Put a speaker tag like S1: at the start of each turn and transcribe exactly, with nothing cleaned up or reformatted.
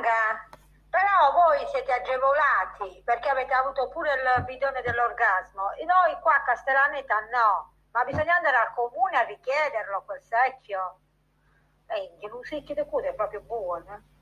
S1: raga, però voi siete agevolati perché avete avuto pure il bidone dell'orgasmo. E noi qua a Castellaneta no, ma bisogna andare al comune a richiederlo quel secchio. E il secchio di culo è proprio buono.